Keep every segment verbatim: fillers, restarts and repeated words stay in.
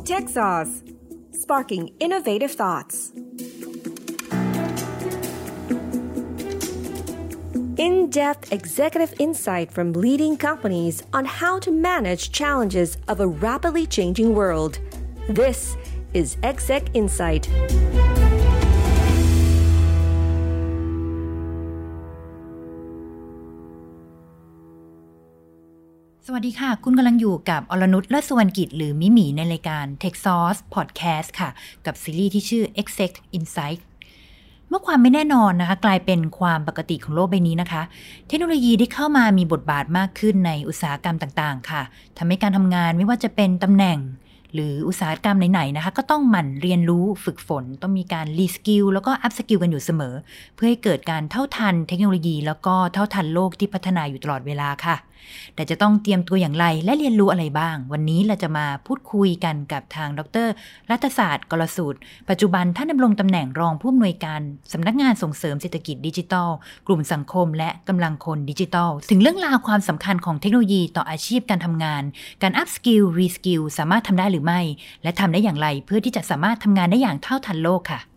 Tech Sauce, sparking innovative thoughts. In-depth executive insight from leading companies on how to manage challenges of a rapidly changing world. This is Exec Insight. สวัสดีค่ะคุณกำลังอยู่กับอรนุช และสุวรรณกิจหรือมิหมีในรายการ Tech Sauce Podcast ค่ะกับซีรีส์ที่ชื่อ Exec Insight เมื่อความไม่แน่นอนนะคะกลายเป็นความปกติของโลกใบนี้นะคะเทคโนโลยีที่เข้ามามีบทบาทมากขึ้นในอุตสาหกรรมต่างๆค่ะทำให้การทำงานไม่ว่าจะเป็นตำแหน่งหรืออุตสาหกรรมไหนๆนะคะก็ต้องหมั่นเรียนรู้ฝึกฝนต้องมีการรีสกิลแล้วก็อัพสกิลกันอยู่เสมอเพื่อให้เกิดการเท่าทันเทคโนโลยีแล้วก็เท่าทันโลกที่พัฒนาอยู่ตลอดเวลาค่ะแต่จะต้องเตรียมตัวอย่างไรและเรียนรู้อะไรบ้างวันนี้เราจะมาพูดคุยกันกับทางดร.รัฐศาสตร์กลสูตรปัจจุบันท่านดำรงตำแหน่งรองผู้อำนวยการสำนักงานส่งเสริมเศรษฐกิจดิจิทัลกลุ่มสังคมและกำลังคนดิจิทัลถึงเรื่องราวความสำคัญของเทคโนโลยีต่ออาชีพการทำงานการอัพสกิลรีสกิลสามารถทำได้หรือไม่และทำได้อย่างไรเพื่อที่จะสามารถทำงานได้อย่างเท่าทันโลกค่ะ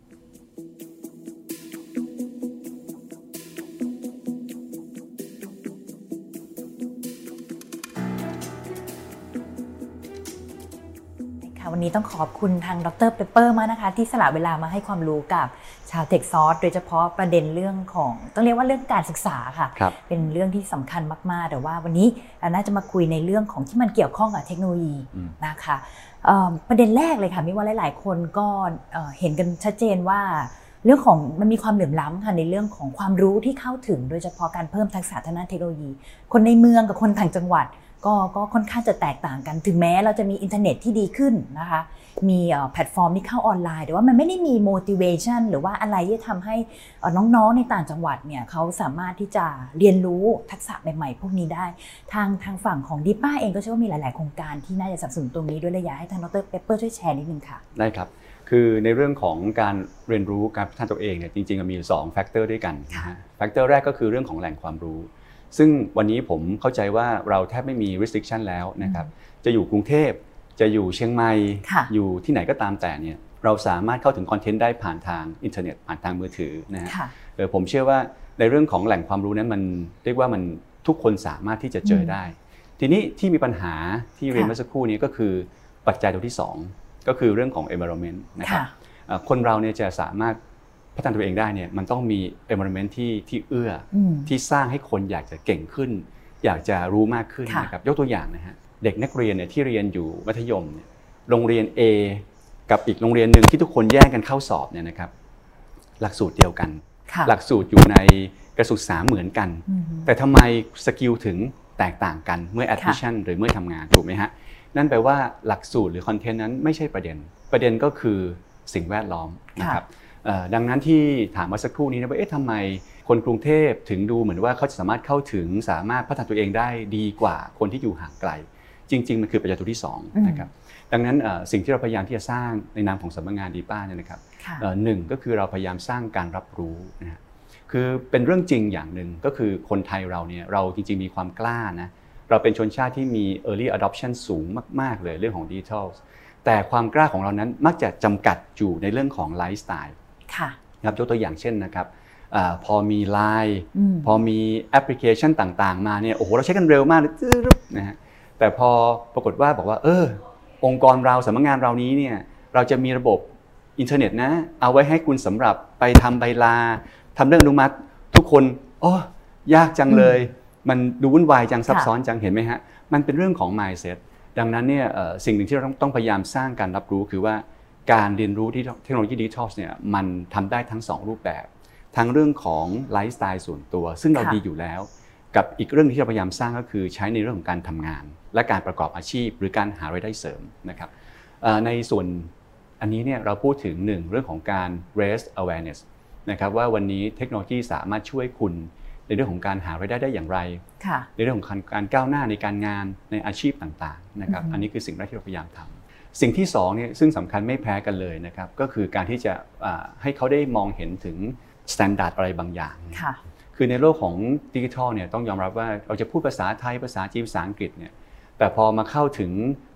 วันนี้ต้องขอบคุณทางดร.เปเปอร์มากนะคะที่สละเวลามาให้ความรู้กับชาว Tech Sauce โดยเฉพาะประเด็นเรื่องของต้องเรียกว่าเรื่องการศึกษาค่ะเป็นเรื่องที่สำคัญมากๆแต่ว่าวันนี้เราน่าจะมาคุยในเรื่องของที่มันเกี่ยวข้องกับเทคโนโลยีนะคะประเด็นแรกเลยค่ะมิว่าหลายๆคนก็เห็นกันชัดเจนว่าเรื่องของมันมีความเหลื่อมล้ำค่ะในเรื่องของความรู้ที่เข้าถึงโดยเฉพาะการเพิ่มทักษะทางด้านเทคโนโลยีคนในเมืองกับคนต่างจังหวัดก็ก็ค่อนข้างจะแตกต่างกันถึงแม้เราจะมีอินเทอร์เน็ตที่ดีขึ้นนะคะมีแพลตฟอร์มที่เข้าออนไลน์แต่ว่ามันไม่ได้มี motivation หรือว่าอะไรที่ทำให้น้องๆในต่างจังหวัดเนี่ยเขาสามารถที่จะเรียนรู้ทักษะใหม่ๆพวกนี้ได้ทางทางฝั่งของดิป้าเองก็เชื่อว่ามีหลายๆโครงการที่น่าจะสนับสนุนตรงนี้ด้วยเลยอยากให้ทางดร.เปเปอร์ช่วยแชร์นิดนึงค่ะได้ครับคือในเรื่องของการเรียนรู้การพัฒนาตัวเองเนี่ยจริงๆมีสองแฟกเตอร์ด้วยกันแฟกเตอร์แรกก็คือเรื่องของแหล่งความรู้ซึ่งวันนี้ผมเข้าใจว่าเราแทบไม่มี restriction แล้วนะครับจะอยู่กรุงเทพจะอยู่เชียงใหม่อยู่ที่ไหนก็ตามแต่เนี่ยเราสามารถเข้าถึงคอนเทนต์ได้ผ่านทางอินเทอร์เน็ตผ่านทางมือถือนะฮะผมเชื่อว่าในเรื่องของแหล่งความรู้นั้นมันเรียกว่ามันทุกคนสามารถที่จะเจอได้ทีนี้ที่มีปัญหาที่เรียนเมื่อสักครู่นี้ก็คือปัจจัยตัวที่สองก็คือเรื่องของ environment นะครับคนเราเนี่ยจะสามารถพัฒนาตัวเองได้เนี่ยมันต้องมี environment ที่ที่เอื้อที่สร้างให้คนอยากจะเก่งขึ้นอยากจะรู้มากขึ้นนะครับยกตัวอย่างนะฮะเด็กนักเรียนเนี่ยที่เรียนอยู่มัธยมเนี่ยโรงเรียน A กับอีกโรงเรียนหนึ่งที่ทุกคนแย่งกันเข้าสอบเนี่ยนะครับหลักสูตรเดียวกันหลักสูตรอยู่ในกระทรวงศึกษาเหมือนกันแต่ทำไมสกิลถึงแตกต่างกันเมื่อ admission หรือเมื่อทำงานถูกไหมฮะนั่นแปลว่าหลักสูตรหรือคอนเทนต์นั้นไม่ใช่ประเด็นประเด็นก็คือสิ่งแวดล้อมนะครับดังนั้นที่ถามมาสักครู่นี้นะว่าเอ๊ะทำไมคนกรุงเทพถึงดูเหมือนว่าเขาจะสามารถเข้าถึงสามารถพัฒนาตัวเองได้ดีกว่าคนที่อยู่ห่างไกลจริงๆมันคือปัจจัยตัวที่สองนะครับดังนั้นสิ่งที่เราพยายามที่จะสร้างในนามของสำนักงานดีป้าเนี่ยนะครับหนึ่งก็คือเราพยายามสร้างการรับรู้นะฮะคือเป็นเรื่องจริงอย่างหนึ่งก็คือคนไทยเราเนี่ยเราจริงๆมีความกล้านะเราเป็นชนชาติที่มี early adoption สูงมากๆเลยเรื่องของ digital แต่ความกล้าของเรานั้นมักจะจำกัดอยู่ในเรื่องของไลฟ์สไตล์ครับยกตัวอย่างเช่นนะครับพอมี ไลน์ พอมีแอปพลิเคชันต่างๆมาเนี่ยโอ้โหเราใช้กันเร็วมากนะฮะแต่พอปรากฏว่าบอกว่าเออองค์กรเราสำนักงานเรานี้เนี่ยเราจะมีระบบอินเทอร์เน็ตนะเอาไว้ให้คุณสำหรับไปทำใบลาทำเรื่องอนุมัติทุกคนโอ้ยากจังเลยมันดูวุ่นวายจังซับซ้อนจังเห็นไหมฮะมันเป็นเรื่องของ mindset ดังนั้นเนี่ยสิ่งหนึ่งที่เราต้องต้องพยายามสร้างการรับรู้คือว่าการเรียนรู้ที่เทคโนโลยีดิจิทัลเนี่ยมันทำได้ทั้งสองรูปแบบทั้งเรื่องของไลฟ์สไตล์ส่วนตัวซึ่งเราดีอยู่แล้วกับอีกเรื่องที่เราพยายามสร้างก็คือใช้ในเรื่องของการทำงานและการประกอบอาชีพหรือการหารายได้เสริมนะครับในส่วนอันนี้เนี่ยเราพูดถึงหนึ่งเรื่องของการ raise awareness นะครับว่าวันนี้เทคโนโลยีสามารถช่วยคุณในเรื่องของการหารายได้ได้อย่างไรในเรื่องของการก้าวหน้าในการงานในอาชีพต่างๆนะครับอันนี้คือสิ่งแรกที่เราพยายามทำสิ่งที่สองเนี่ยซึ่งสำคัญไม่แพ้กันเลยนะครับก็คือการที่จะให้เขาได้มองเห็นถึงสแตนดาร์ดอะไรบางอย่างคือในโลกของดิจิทัลเนี่ยต้องยอมรับว่าเราจะพูดภาษาไทยภาษาจีนภาษาอังกฤษเนี่ยแต่พอมาเข้าถึง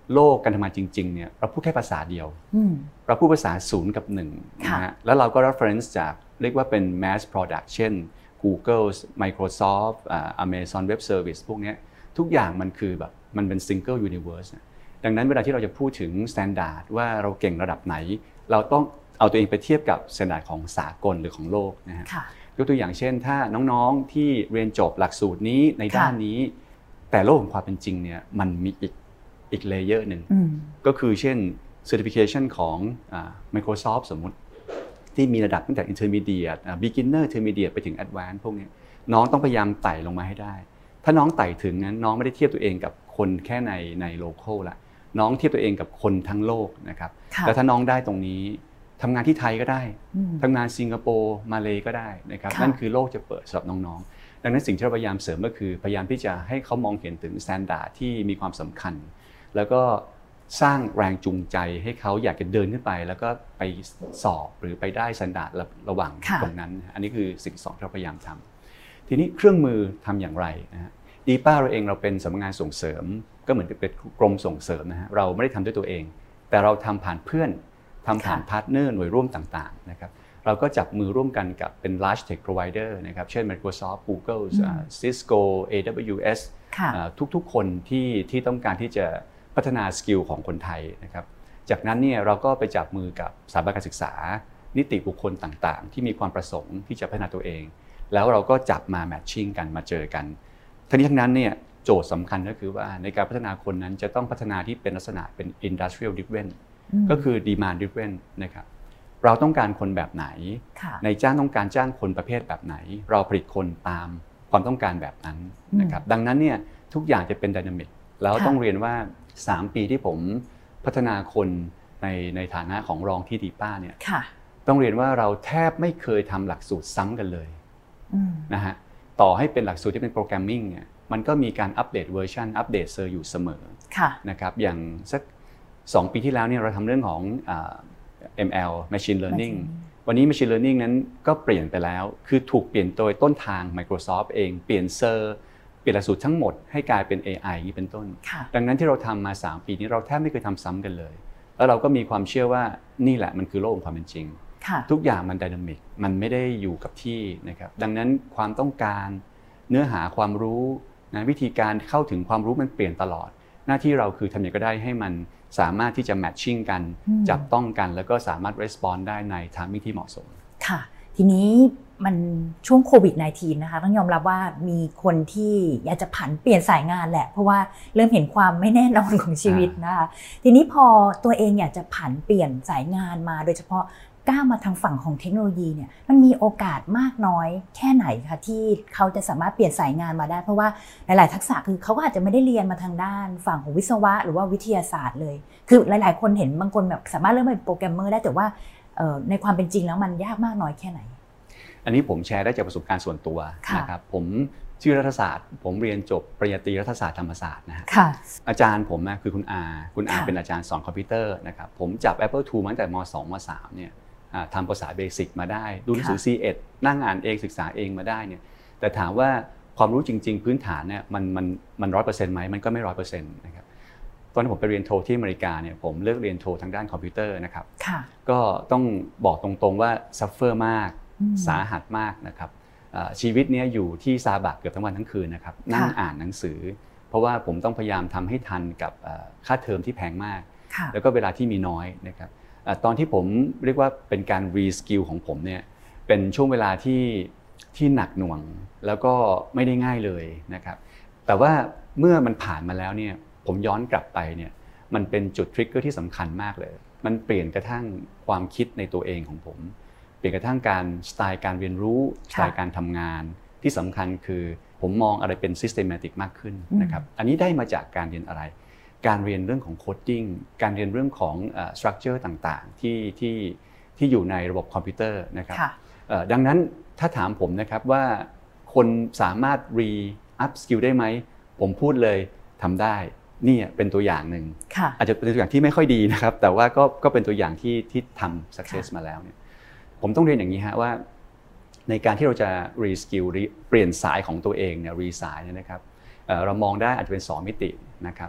โลกการทำงานจริงๆเนี่ยเราพูดแค่ภาษาเดียวเราพูดภาษาศูนย์กับหนึ่งนะฮะแล้วเราก็ reference จากเรียกว่าเป็น mass product เช่น Google Microsoft Amazon Web Service พวกนี้ทุกอย่างมันคือแบบมันเป็น single universe ดังนั้นเวลาที่เราจะพูดถึง standard ว่าเราเก่งระดับไหนเราต้องเอาตัวเองไปเทียบกับ standard ของสากลหรือของโลกนะฮะยกตัวอย่างเช่นถ้าน้องๆที่เรียนจบหลักสูตรนี้ในด้านนี้แต่โลกของความเป็นจริงเนี่ยมันมีอีกอีกเลเยอร์หนึ่งก็คือเช่น certification ของ Microsoft สมมุติที่มีระดับตั้งแต่ intermediate beginner intermediate ไปถึง advanced พวกนี้น้องต้องพยายามไต่ลงมาให้ได้ถ้าน้องไต่ถึงนั้นน้องไม่ได้เทียบตัวเองกับคนแค่ในใน local ละน้องเทียบตัวเองกับคนทั้งโลกนะครับแล้วถ้าน้องได้ตรงนี้ทำงานที่ไทยก็ได้ทำงานสิงคโปร์มาเลก็ได้นะครับนั่นคือโลกจะเปิดสำหรับน้องๆดังนั้นสิ่งที่เราพยายามเสริมก็คือพยายามที่จะให้เขามองเห็นถึง standard ที่มีความสำคัญแล้วก็สร้างแรงจูงใจให้เขาอยากจะเดินขึ้นไปแล้วก็ไปสอบหรือไปได้ standard ระหว่างตรงนั้นอันนี้คือสิ่งสองที่เราพยายามทำทีนี้เครื่องมือทำอย่างไรนะฮะดีป้าเราเองเราเป็นสำนักงานส่งเสริมก็เหมือนเป็นกรมส่งเสริมนะฮะเราไม่ได้ทำด้วยตัวเองแต่เราทำผ่านเพื่อนทำผ่านพาร์ทเนอร์หน่วยร่วมต่างๆนะครับเราก็จับมือร่วมกันกับเป็น large tech provider นะครับเช่น Microsoft Google Cisco เอ ดับเบิลยู เอส ทุกๆคนที่ที่ต้องการที่จะพัฒนาสกิลของคนไทยนะครับจากนั้นเนี่ยเราก็ไปจับมือกับสถาบันการศึกษานิติบุคคลต่างๆที่มีความประสงค์ที่จะพัฒนาตัวเองแล้วเราก็จับมาแมทชิ่งกันมาเจอกันทั้งนี้ทั้งนั้นเนี่ยโจทย์สำคัญก็คือว่าในการพัฒนาคนนั้นจะต้องพัฒนาที่เป็นลักษณะเป็น industrial driven ก็คือ demand driven นะครับเราต้องการคนแบบไหนในจ้างต้องการจ้างคนประเภทแบบไหนเราผลิตคนตามความต้องการแบบนั้นนะครับดังนั้นเนี่ยทุกอย่างจะเป็นไดนามิกแล้วต้องเรียนว่าสามปีที่ผมพัฒนาคนในในฐานะของรองที่ดีป้าเนี่ยต้องเรียนว่าเราแทบไม่เคยทำหลักสูตรซ้ำกันเลยนะฮะต่อให้เป็นหลักสูตรที่เป็นโปรแกรมมิ่งเนี่ยมันก็มีการอัปเดตเวอร์ชันอัปเดตเซอร์อยู่เสมอนะครับอย่างสักสองปีที่แล้วเนี่ยเราทำเรื่องของ เอ็ม แอล Machine Learning วันนี้ Machine Learning นั้นก็เปลี่ยนไปแล้วคือถูกเปลี่ยนโดยต้นทาง Microsoft เองเปลี่ยนเซอร์เปลี่ยนหลักสูตรทั้งหมดให้กลายเป็น เอ ไอ นี้เป็นต้นดังนั้นที่เราทำมาสามปีนี้เราแทบไม่เคยทำซ้ำกันเลยแล้วเราก็มีความเชื่อว่านี่แหละมันคือโลกของความเป็นจริงทุกอย่างมันไดนามิกมันไม่ได้อยู่กับที่นะครับดังนั้นความต้องการเนื้อหาความรู้นะวิธีการเข้าถึงความรู้มันเปลี่ยนตลอดหน้าที่เราคือทำอย่างไรก็ได้ให้มันสามารถที่จะแมทชิ่งกันจับต้องกันแล้วก็สามารถรีสปอนส์ได้ในไทมิ่งที่เหมาะสมค่ะทีนี้มันช่วงโควิด สิบเก้า นะคะต้องยอมรับว่ามีคนที่อยากจะผันเปลี่ยนสายงานแหละเพราะว่าเริ่มเห็นความไม่แน่นอนของชีวิตนะคะทีนี้พอตัวเองอยากจะผันเปลี่ยนสายงานมาโดยเฉพาะก้าวมาทางฝั่งของเทคโนโลยีเนี่ยมันมีโอกาสมากน้อยแค่ไหนคะที่เขาจะสามารถเปลี่ยนสายงานมาได้เพราะว่าหลายๆทักษะคือเขาก็อาจจะไม่ได้เรียนมาทางด้านฝั่งของวิศวะหรือว่าวิทยาศาสตร์เลยคือหลายๆคนเห็นบางคนแบบสามารถเริ่มเป็นโปรแกรมเมอร์ได้แต่ว่าในความเป็นจริงแล้วมันยากมากน้อยแค่ไหนอันนี้ผมแชร์ได้จากประสบการณ์ส่วนตัวนะครับผมชื่อรัฐศาสตร์ผมเรียนจบปริญญาตรีรัฐศาสตร์ธรรมศาสตร์นะฮะอาจารย์ผมคือคุณอาคุณอาเป็นอาจารย์สอนคอมพิวเตอร์นะครับผมจับ Apple ทู มาตั้งแต่ม.สอง ม.สาม เนี่ยทำภาษาเบสิกมาได้ดูหนังสือ ซี เอ็ด นั่งอ่านเองศึกษาเองมาได้เนี่ยแต่ถามว่าความรู้จริงๆพื้นฐานเนี่ยมันมันมันร้อยเปอร์เซ็นต์ไหมมันก็ไม่ร้อยเปอร์เซ็นต์นะครับตอนที่ผมไปเรียนโทที่อเมริกาเนี่ยผมเลือกเรียนโททางด้านคอมพิวเตอร์นะครับก็ต้องบอกตรงๆว่าซัฟเฟอร์มากสาหัสมากนะครับชีวิตนี้อยู่ที่ซาบักเกือบทั้งวันทั้งคืนนะครับนั่งอ่านหนังสือเพราะว่าผมต้องพยายามทำให้ทันกับค่าเทอมที่แพงมากแล้วก็เวลาที่มีน้อยนะครับตอนที่ผมเรียกว่าเป็นการรีสกิลของผมเนี่ยเป็นช่วงเวลาที่ที่หนักหน่วงแล้วก็ไม่ได้ง่ายเลยนะครับแต่ว่าเมื่อมันผ่านมาแล้วเนี่ยผมย้อนกลับไปเนี่ยมันเป็นจุดทริกเกอร์ที่สำคัญมากเลยมันเปลี่ยนกระทั่งความคิดในตัวเองของผมเปลี่ยนกระทั่งการสไตล์การเรียนรู้สไตล์การทำงานที่สำคัญคือผมมองอะไรเป็น systematic มากขึ้นนะครับอันนี้ได้มาจากการเรียนอะไรการเรียนเรื่องของโคดดิ้งการเรียนเรื่องของ structure ต่างๆที่ที่ที่อยู่ในระบบคอมพิวเตอร์นะครับดังนั้นถ้าถามผมนะครับว่าคนสามารถ re up skill ได้ไหมผมพูดเลยทำได้นี่เป็นตัวอย่างหนึ่งอาจจะเป็นตัวอย่างที่ไม่ค่อยดีนะครับแต่ว่าก็ก็เป็นตัวอย่างที่ที่ทำ success มาแล้วเนี่ยผมต้องเรียนอย่างนี้ฮะว่าในการที่เราจะ re skill เปลี่ยนสายของตัวเองเนี่ย re สายเนี่ยนะครับเรามองได้อาจจะเป็นสองมิตินะครับ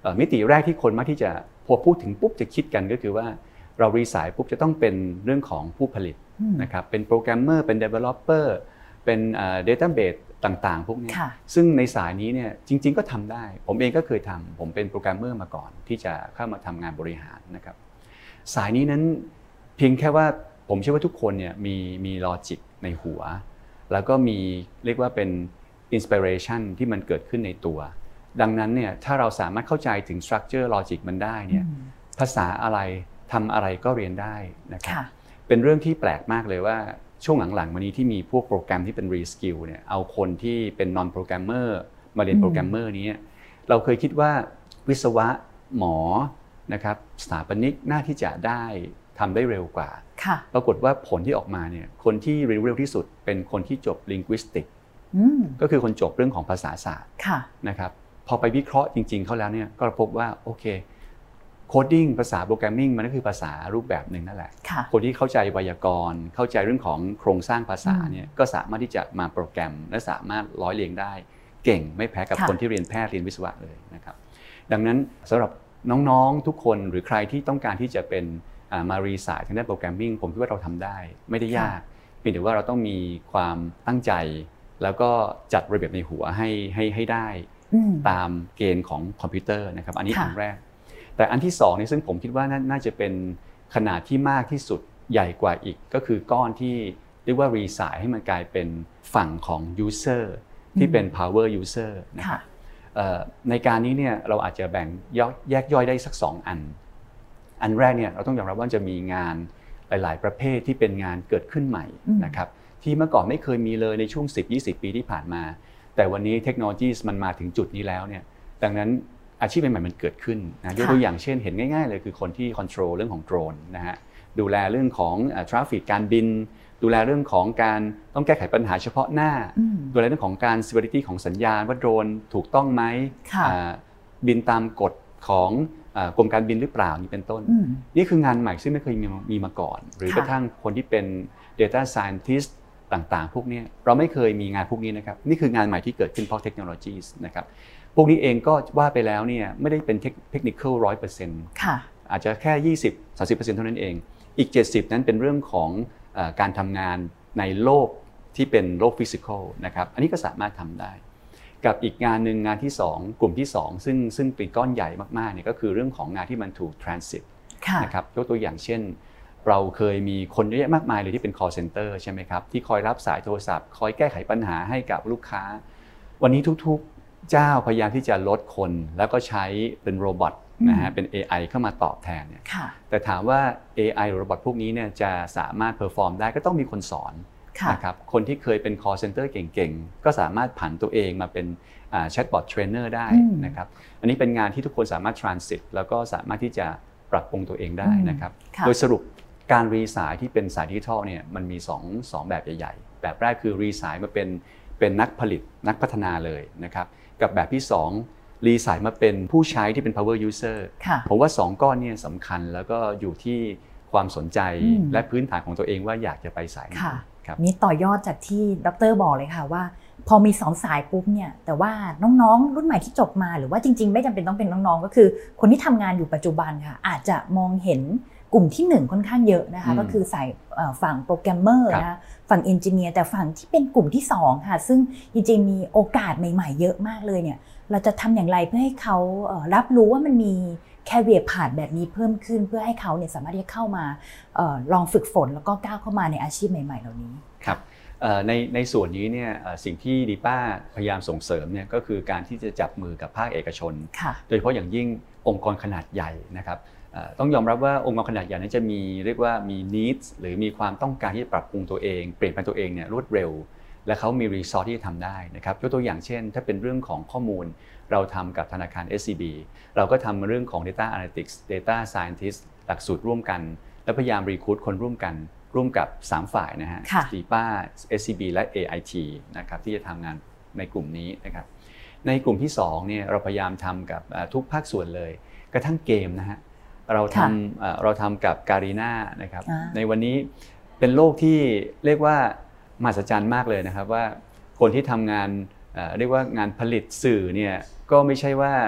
มิติแรกที่คนมักที่จะพอพูดถึงปุ๊บจะคิดกันก็คือว่าเรารีไซน์ปุ๊บจะต้องเป็นเรื่องของผู้ผลิตนะครับเป็นโปรแกรมเมอร์เป็น developer เป็น database ต่างๆพวกนี้ซึ่งในสายนี้เนี่ยจริงๆก็ทำได้ผมเองก็เคยทำผมเป็นโปรแกรมเมอร์มาก่อนที่จะเข้ามาทำงานบริหารนะครับสายนี้นั้นเพียงแค่ว่าผมเชื่อว่าทุกคนเนี่ยมีมีลอจิกในหัวแล้วก็มีเรียกว่าเป็น inspiration ที่มันเกิดขึ้นในตัวดังนั้นเนี่ยถ้าเราสามารถเข้าใจถึง structure logic มันได้เนี่ยภาษาอะไรทำอะไรก็เรียนได้นะครับเป็นเรื่องที่แปลกมากเลยว่าช่วงหลังๆมานี้ที่มีพวกโปรแกรมที่เป็น reskill เนี่ยเอาคนที่เป็น non programmer มาเรียนโปรแกรมเมอร์นี้เราเคยคิดว่าวิศวะหมอนะครับสถาปนิกน่าที่จะได้ทำได้เร็วกว่าปรากฏว่าผลที่ออกมาเนี่ยคนที่เร็วเร็วที่สุดเป็นคนที่จบ linguistic ก็คือคนจบเรื่องของภาษาศาสตร์นะครับพอไปวิเคราะห์จริงๆเขาแล้วเนี่ยก็พบว่าโอเคโคดดิ้งภาษาโปรแกรมมิ่งมันก็คือภาษารูปแบบหนึ่งนั่นแหละคนที่เข้าใจไวยากรณ์เข้าใจเรื่องของโครงสร้างภาษาเนี่ยก็สามารถที่จะมาโปรแกรมและสามารถร้อยเรียงได้เก่งไม่แพ้กับคนที่เรียนแพทย์เรียนวิศวะเลยนะครับดังนั้นสำหรับน้องๆทุกคนหรือใครที่ต้องการที่จะเป็นมารีไซน์ทางด้านโปรแกรมมิ่งผมคิดว่าเราทำได้ไม่ได้ยากเพียงแต่ว่าเราต้องมีความตั้งใจแล้วก็จัดระเบียบในหัวให้ให้ให้ได้ตามเกณฑ์ของคอมพิวเตอร์นะครับอันนี้อันแรกแต่อันที่สองนี่ซึ่งผมคิดว่าน่าจะเป็นขนาดที่มากที่สุดใหญ่กว่าอีกก็คือก้อนที่เรียกว่ารีไซน์ให้มันกลายเป็นฝั่งของ user ที่เป็น power user นะครับในการนี้เนี่ยเราอาจจะแบ่งแยกย่อยได้สักสองอันอันแรกเนี่ยเราต้องยอมรับว่าจะมีงานหลายๆประเภทที่เป็นงานเกิดขึ้นใหม่นะครับที่เมื่อก่อนไม่เคยมีเลยในช่วง สิบถึงยี่สิบ ปีที่ผ่านมาแต่วันนี้เทคโนโลยีมันมาถึงจุดนี้แล้วเนี่ยดังนั้นอาชีพใหม่ๆมันเกิดขึ้นนะยกตัวอย่างเช่นเห็นง่ายๆเลยคือคนที่คอนโทรลเรื่องของโดรนนะฮะดูแลเรื่องของทราฟฟิกการบินดูแลเรื่องของการต้องแก้ไขปัญหาเฉพาะหน้าดูแลเรื่องของการ security ของสัญญาณว่าโดรนถูกต้องไหมบินตามกฎของกรมการบินหรือเปล่านี่เป็นต้นนี่คืองานใหม่ซึ่งไม่เคยมีมาก่อนหรือกระทั่งคนที่เป็น data scientist ต่างๆพวกนี้เราไม่เคยมีงานพวกนี้นะครับนี่คืองานใหม่ที่เกิดขึ้นเพราะเทคโนโลยีนะครับพวกนี้เองก็ว่าไปแล้วเนี่ยไม่ได้เป็นเทคนิคอล ร้อยเปอร์เซ็นต์ อาจจะแค่ ยี่สิบถึงสามสิบเปอร์เซ็นต์ เท่านั้นเองอีกเจ็ดสิบนั้นเป็นเรื่องของการทำงานในโลกที่เป็นโลกฟิสิกอลนะครับอันนี้ก็สามารถทำได้กับอีกงานหนึ่งงานที่สองกลุ่มที่สองซึ่งซึ่งเป็นก้อนใหญ่มากๆเนี่ยก็คือเรื่องของงานที่มันถูก transit นะครับยกตัวอย่างเช่นเราเคยมีคนเยอะแยะมากมายเลยที่เป็น call center ใช่ไหมครับที่คอยรับสายโทรศัพท์คอยแก้ไขปัญหาให้กับลูกค้าวันนี้ทุกๆเจ้าพยายามที่จะลดคนแล้วก็ใช้เป็นโรบอทนะฮะเป็น เอ ไอ เข้ามาตอบแทนเนี่ยแต่ถามว่า เอ ไอ หรือโรบอทพวกนี้เนี่ยจะสามารถเพอร์ฟอร์มได้ก็ต้องมีคนสอนนะครับคนที่เคยเป็น call center เก่งๆก็สามารถผันตัวเองมาเป็นแชทบอทเทรนเนอร์ได้นะครับอันนี้เป็นงานที่ทุกคนสามารถ transit แล้วก็สามารถที่จะปรับปรุงตัวเองได้นะครับโดยสรุปการรีไซน์ที่เป็นสายดิจิทัลเนี่ยมันมี2 2แบบใหญ่ๆแบบแรกคือรีไซน์มาเป็นเป็นนักผลิตนักพัฒนาเลยนะครับกับแบบที่สองรีไซน์มาเป็นผู้ใช้ที่เป็น power user ผมว่าสองก้อนนี้สำคัญแล้วก็อยู่ที่ความสนใจและพื้นฐานของตัวเองว่าอยากจะไปสายไหนครับนี่ต่อยอดจากที่ดร.บอกเลยค่ะว่าพอมีสองสายปุ๊บเนี่ยแต่ว่าน้องๆรุ่นใหม่ที่จบมาหรือว่าจริงๆไม่จำเป็นต้องเป็นน้องๆก็คือคนที่ทำงานอยู่ปัจจุบันค่ะอาจจะมองเห็นกลุ่มที่หนึ่งค่อนข้างเยอะนะคะก็คือสายฝั่งโปรแกรมเมอร์นะฝั่งเอนจิเนียร์แต่ฝั่งที่เป็นกลุ่มที่สองค่ะซึ่งจริงๆมีโอกาสใหม่ๆเยอะมากเลยเนี่ยเราจะทำอย่างไรเพื่อให้เขารับรู้ว่ามันมีแคเรียร์พาธแบบนี้เพิ่มขึ้นเพื่อให้เขาเนี่ยสามารถที่จะเข้ามาลองฝึกฝนแล้วก็ก้าวเข้ามาในอาชีพใหม่ๆเหล่านี้ครับในในส่วนนี้เนี่ยสิ่งที่ดีป้าพยายามส่งเสริมเนี่ยก็คือการที่จะจับมือกับภาคเอกชนโดยเฉพาะอย่างยิ่งองค์กรขนาดใหญ่นะครับต้องยอมรับว่าองค์กรขนาดใหญ่นั้นจะมีเรียกว่ามี needs หรือมีความต้องการที่จะปรับปรุงตัวเองเปลี่ยนแปลงตัวเองเนี่ยรวดเร็วและเขามี resource ที่จะทำได้นะครับยกตัวอย่างเช่นถ้าเป็นเรื่องของข้อมูลเราทำกับธนาคาร เอส ซี บี เราก็ทำเรื่องของ data analytics data scientist หลักสูตรร่วมกันและพยายาม recruit คนร่วมกันร่วมกับสามฝ่ายนะฮะ ดี พี เอ เอส ซี บี และ เอ ไอ ที นะครับที่จะทำงานในกลุ่มนี้นะครับในกลุ่มที่สองเนี่ยเราพยายามทำกับทุกภาคส่วนเลยกระทั่งเกมนะฮะเราทำเราทำกับการีน่านะครับในวันนี้เป็นโลกที่เรียกว่ามหัศจรรย์มากเลยนะครับว่าคนที่ทำงานเรียกว่างานผลิตสื่อเนี่ยก็ไม่ใช่ว่า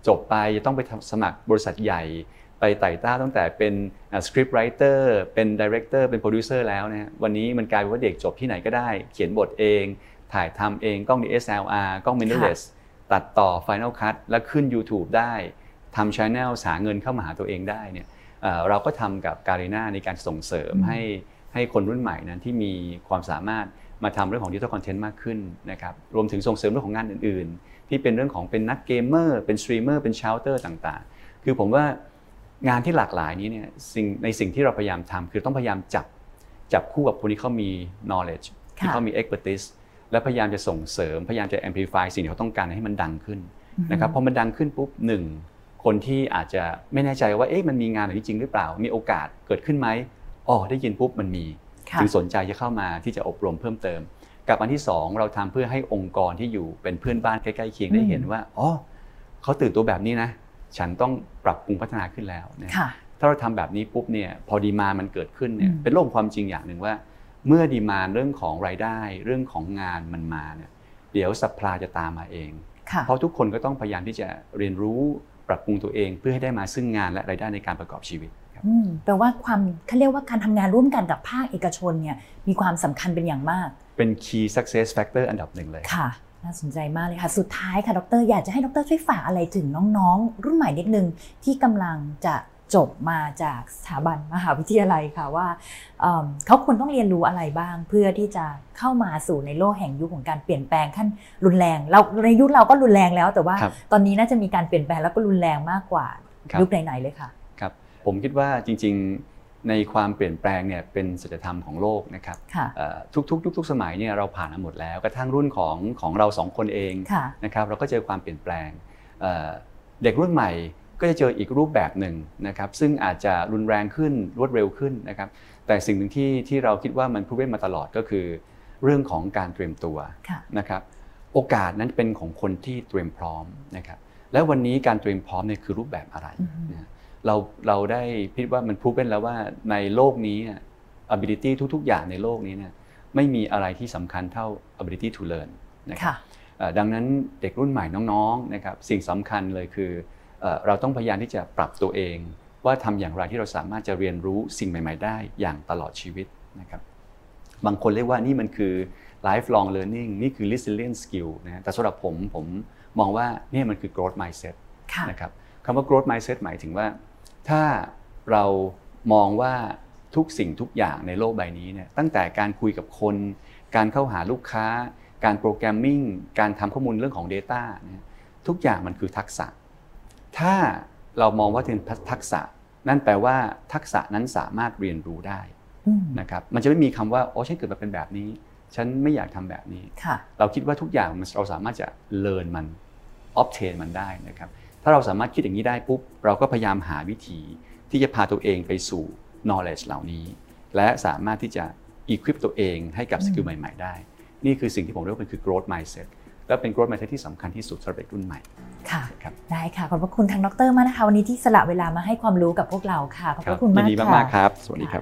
จบไปจะต้องไปสมัครบริษัทใหญ่ไปไต่เต้าตั้งแต่เป็นสคริปต์ไรเตอร์เป็นดีเรคเตอร์เป็นโปรดิวเซอร์แล้วนะวันนี้มันกลายเป็นว่าเด็กจบที่ไหนก็ได้เขียนบทเองถ่ายทำเองกล้อง ดี เอส แอล อาร์ กล้อง mirrorless ตัดต่อ Final Cut แล้วขึ้น YouTube ได้ทำ Channel หาเงินเข้ามาหาตัวเองได้เนี่ยเราก็ทำกับการีน่าในการส่งเสริมให้ให้คนรุ่นใหม่นั้นที่มีความสามารถมาทำเรื่องของ Digital Content มากขึ้นนะครับรวมถึงส่งเสริมเรื่องของงานอื่นๆที่เป็นเรื่องของเป็นนักเกมเมอร์เป็นสตรีมเมอร์เป็นชาวเตอร์ต่างๆคือผมว่างานที่หลากหลายนี้เนี่ยสิ่งในสิ่งที่เราพยายามทำคือต้องพยายามจับจับคู่กับคนที่เขามี knowledge ที่เขามี expertise และพยายามจะส่งเสริมพยายามจะ amplify สิ่งที่เขาต้องการให้มันดังขึ้นนะครับพอมันดังขึ้นปุ๊บหนึ่งคนที่อาจจะไม่แน่ใจว่าเอ๊ะมันมีงานแบบนี้จริงหรือเปล่ามีโอกาสเกิดขึ้นไหมอ๋อได้ยินปุ๊บมันมีจึงสนใจจะเข้ามาที่จะอบรมเพิ่มเติมกับอันที่สองเราทำเพื่อให้องค์กรที่อยู่เป็นเพื่อนบ้านใกล้ๆเคียงได้เห็นว่าอ๋อเขาตื่นตัวแบบนี้นะฉันต้องปรับปรุงพัฒนาขึ้นแล้วนะถ้าเราทำแบบนี้ปุ๊บเนี่ยพอดีมานด์มันเกิดขึ้นเนี่ยเป็นโลกความจริงอย่างหนึ่งว่าเมื่อดีมานด์เรื่องของรายได้เรื่องของงานมันมาเนี่ยเดี๋ยวซัพพลายจะตามมาเองเพราะทุกคนก็ต้องพยายามที่จะเรียนรู้ปรับปรุงตัวเองเพื่อให้ได้มาซึ่งงานและรายได้ในการประกอบชีวิตแปลว่าความเขาเรียกว่าการทำงานร่วมกันกับภาคเอกชนเนี่ยมีความสำคัญเป็นอย่างมากเป็น key success factor อันดับหนึ่งเลยค่ะน่าสนใจมากเลยค่ะสุดท้ายค่ะดร.อยากจะให้ดร.ช่วยฝากอะไรถึงน้องๆรุ่นใหม่นิดนึงที่กำลังจะจบมาจากสถาบันมหาวิทยาลัยค่ะว่า เ, เขาควรต้องเรียนรู้อะไรบ้างเพื่อที่จะเข้ามาสู่ในโลกแห่งยุคของการเปลี่ยนแปลงขั้นรุนแรงเราในยุคเราก็รุนแรงแล้วแต่ว่าตอนนี้น่าจะมีการเปลี่ยนแปลงแล้วก็รุนแรงมากกว่ายุคไหนๆเลยค่ะครับผมคิดว่าจริงๆในความเปลี่ยนแปลงเนี่ยเป็นสัจธรรมของโลกนะครับทุกๆทุกๆสมัยเนี่ยเราผ่านมาหมดแล้วกระทั่งรุ่นของของเราสองคนเองนะครับเราก็เจอความเปลี่ยนแปลงเด็กรุ่นใหม่ก็จะเจออีกรูปแบบหนึ่งนะครับซึ่งอาจจะรุนแรงขึ้นรวดเร็วขึ้นนะครับแต่สิ่งหนึ่งที่ที่เราคิดว่ามันพูดมาตลอดก็คือเรื่องของการเตรียมตัวนะครับโอกาสนั้นเป็นของคนที่เตรียมพร้อมนะครับและวันนี้การเตรียมพร้อมเนี่ยคือรูปแบบอะไรนะเราเราได้คิดว่ามันพูดเป็นแล้วว่าในโลกนี้ ability ทุกๆอย่างในโลกนี้เนี่ยไม่มีอะไรที่สำคัญเท่า ability to learn นะครับดังนั้นเด็กรุ่นใหม่น้องๆนะครับสิ่งสำคัญเลยคือเราต้องพยายามที่จะปรับตัวเองว่าทำอย่างไรที่เราสามารถจะเรียนรู้สิ่งใหม่ๆได้อย่างตลอดชีวิตนะครับบางคนเรียกว่านี่มันคือ lifelong learning นี่คือ resilient skill นะแต่สำหรับผมผมมองว่านี่มันคือ growth mindset นะครับคำว่า growth mindset หมายถึงว่าถ้าเรามองว่าทุกสิ่งทุกอย่างในโลกใบนี้เนี่ยตั้งแต่การคุยกับคนการเข้าหาลูกค้าการโปรแกรมมิ่งการทำข้อมูลเรื่องของ data นะทุกอย่างมันคือทักษะถ้าเรามองว่าเป็นทักษะนั่นแปลว่าทักษะนั้นสามารถเรียนรู้ได้นะครับมันจะไม่มีคำว่าโอ้ฉันเกิดมาเป็นแบบนี้ฉันไม่อยากทำแบบนี้เราคิดว่าทุกอย่างเราสามารถจะ learn มัน obtain มันได้นะครับถ้าเราสามารถคิดอย่างนี้ได้ปุ๊บเราก็พยายามหาวิธีที่จะพาตัวเองไปสู่ knowledge เหล่านี้และสามารถที่จะ equip ตัวเองให้กับสกิลใหม่ๆได้นี่คือสิ่งที่ผมเรียกว่าเป็นคือ growth mindset และเป็น growth mindset ที่สำคัญที่สุดสำหรับเด็กรุ่นใหม่ค่ะได้ค่ะขอบพระคุณทางดร.มากนะคะวันนี้ที่สละเวลามาให้ความรู้กับพวกเราค่ะขอบพระคุณมากค่ะยินดีมากๆครับสวัสดีครับ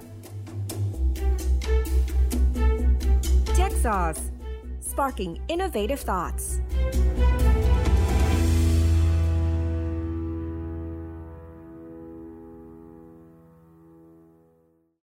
Tech Sauce Sparking Innovative Thoughts